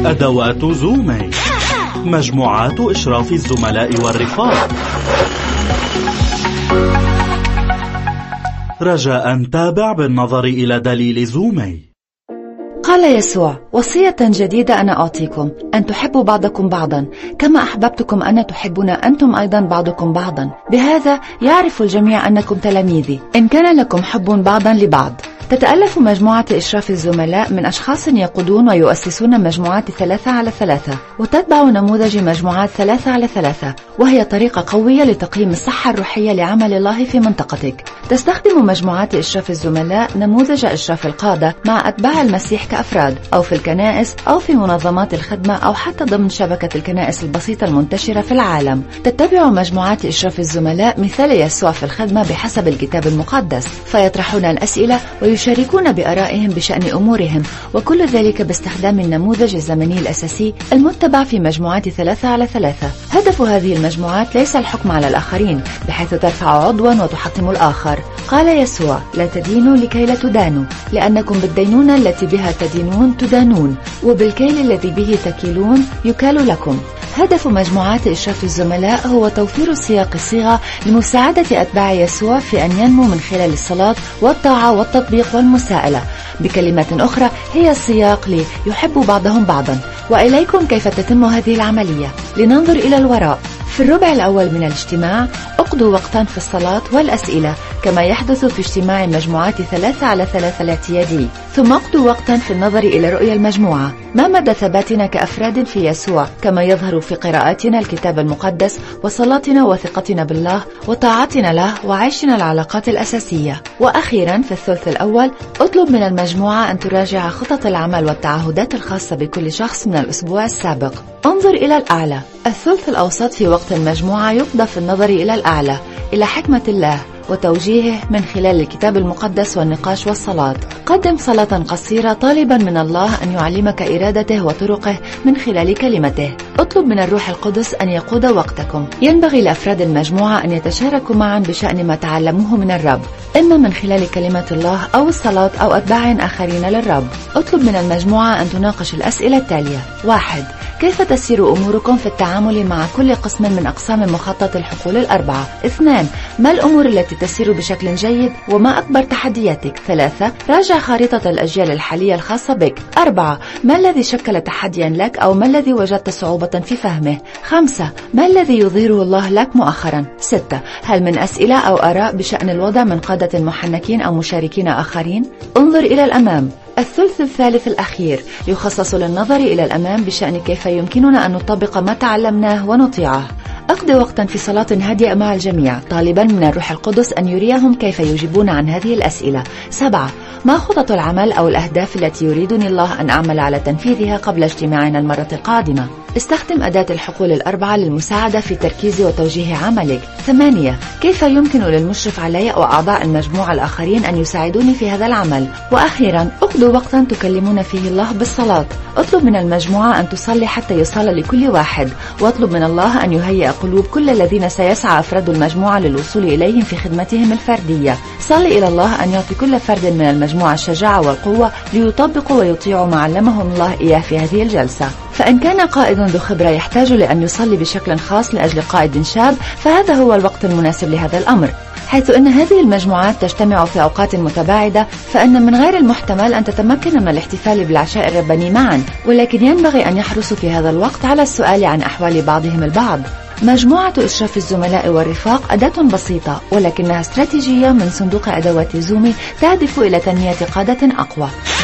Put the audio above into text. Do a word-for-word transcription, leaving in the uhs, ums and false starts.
أدوات زومي، مجموعات إشراف الزملاء والرفاق. رجاء تابع بالنظر إلى دليل زومي. قال يسوع: وصية جديدة أنا أعطيكم، أن تحبوا بعضكم بعضا كما أحببتكم أنا تحبون أنتم أيضا بعضكم بعضا. بهذا يعرف الجميع أنكم تلاميذي إن كان لكم حب بعضا لبعض. تتألف مجموعة إشراف الزملاء من أشخاص يقودون ويؤسسون مجموعات ثلاثة على ثلاثة، وتتبع نموذج مجموعات ثلاثة على ثلاثة، وهي طريقة قوية لتقييم الصحة الروحية لعمل الله في منطقتك. تستخدم مجموعات إشراف الزملاء نموذج إشراف القادة مع أتباع المسيح كأفراد، أو في الكنائس، أو في منظمات الخدمة، أو حتى ضمن شبكة الكنائس البسيطة المنتشرة في العالم. تتبع مجموعات إشراف الزملاء مثال يسوع في الخدمة بحسب الكتاب المقدس، فيطرحون الأسئلة ويشاركون بآرائهم بشأن أمورهم، وكل ذلك باستخدام النموذج الزمني الأساسي المتبع في مجموعات ثلاثة على ثلاثة. هدف هذه المجموعات ليس الحكم على الآخرين بحيث ترفع عضوا وتحطم الآخر. قال يسوع: لا تدينوا لكي لا تدانوا، لأنكم بالدينونة التي بها تدينون تدانون، وبالكيل الذي به تكيلون يكال لكم. هدف مجموعات إشراف الزملاء هو توفير سياق الصيغة لمساعدة أتباع يسوع في أن ينمو من خلال الصلاة والطاعة والتطبيق والمساءلة. بكلمات أخرى، هي السياق ليحب بعضهم بعضا. وإليكم كيف تتم هذه العملية. لننظر إلى الوراء. في الربع الأول من الاجتماع اقضوا وقتا في الصلاة والأسئلة كما يحدث في اجتماع مجموعات ثلاثة على ثلاثة الاعتيادي. ثم اقضوا وقتا في النظر إلى رؤية المجموعة، ما مدى ثباتنا كأفراد في يسوع كما يظهر في قراءاتنا الكتاب المقدس وصلاتنا وثقتنا بالله وطاعتنا له وعيشنا العلاقات الأساسية. وأخيرا في الثلث الأول اطلب من المجموعة أن تراجع خطط العمل والتعهدات الخاصة بكل شخص من الأسبوع السابق. انظر إلى الأعلى. الثلث الأوسط في وقت المجموعة يقضى في النظر إلى الأعلى، إلى حكمة الله وتوجيهه من خلال الكتاب المقدس والنقاش والصلاة. قدم صلاة قصيرة طالبا من الله أن يعلمك إرادته وطرقه من خلال كلمته. اطلب من الروح القدس أن يقود وقتكم. ينبغي لأفراد المجموعة أن يتشاركوا معا بشأن ما تعلموه من الرب، إما من خلال كلمة الله أو الصلاة أو أتباع آخرين للرب. اطلب من المجموعة أن تناقش الأسئلة التالية: واحد. كيف تسير أموركم في التعامل مع كل قسم من أقسام مخطط الحقول الأربعة؟ اثنان. ما الأمور التي تسير بشكل جيد وما أكبر تحدياتك؟ ثلاثة. راجع خريطة الأجيال الحالية الخاصة بك. أربعة. ما الذي شكل تحديا لك أو ما الذي وجدت صعوبة في فهمه؟ خمسة. ما الذي يظهره الله لك مؤخرا؟ ستة. هل من أسئلة أو آراء بشأن الوضع من قادة محنكين أو مشاركين آخرين؟ انظر إلى الأمام. الثلث الثالث الأخير يخصص للنظر إلى الأمام بشأن كيف يمكننا أن نطبق ما تعلمناه ونطيعه. أقضي وقتا في صلاة هادئة مع الجميع طالبا من الروح القدس أن يريهم كيف يجيبون عن هذه الأسئلة. سبعة. ما خطط العمل أو الأهداف التي يريدني الله أن أعمل على تنفيذها قبل اجتماعنا المرة القادمة؟ استخدم أداة الحقول الأربعة للمساعدة في تركيز وتوجيه عملك. ثمانية. كيف يمكن للمشرف علي أو أعضاء المجموعة الآخرين أن يساعدوني في هذا العمل؟ وأخيرا اقضوا وقتا تكلمون فيه الله بالصلاة. اطلب من المجموعة أن تصلي حتى يصلى لكل واحد، واطلب من الله أن يهيئ قلوب كل الذين سيسعى أفراد المجموعة للوصول إليهم في خدمتهم الفردية. صل إلى الله أن يعطي كل فرد من المجموعة الشجاعة والقوة ليطبقوا ويطيعوا ما علمهم الله إياه في هذه الجلسة. فإن كان قائد ذو خبرة يحتاج لأن يصلي بشكل خاص لأجل قائد شاب، فهذا هو الوقت المناسب لهذا الأمر. حيث أن هذه المجموعات تجتمع في أوقات متباعدة، فإن من غير المحتمل أن تتمكن من الاحتفال بالعشاء الرباني معا، ولكن ينبغي أن يحرصوا في هذا الوقت على السؤال عن أحوال بعضهم البعض. مجموعة إشراف الزملاء والرفاق أداة بسيطة ولكنها استراتيجية من صندوق أدوات زومي تهدف إلى تنمية قادة أقوى.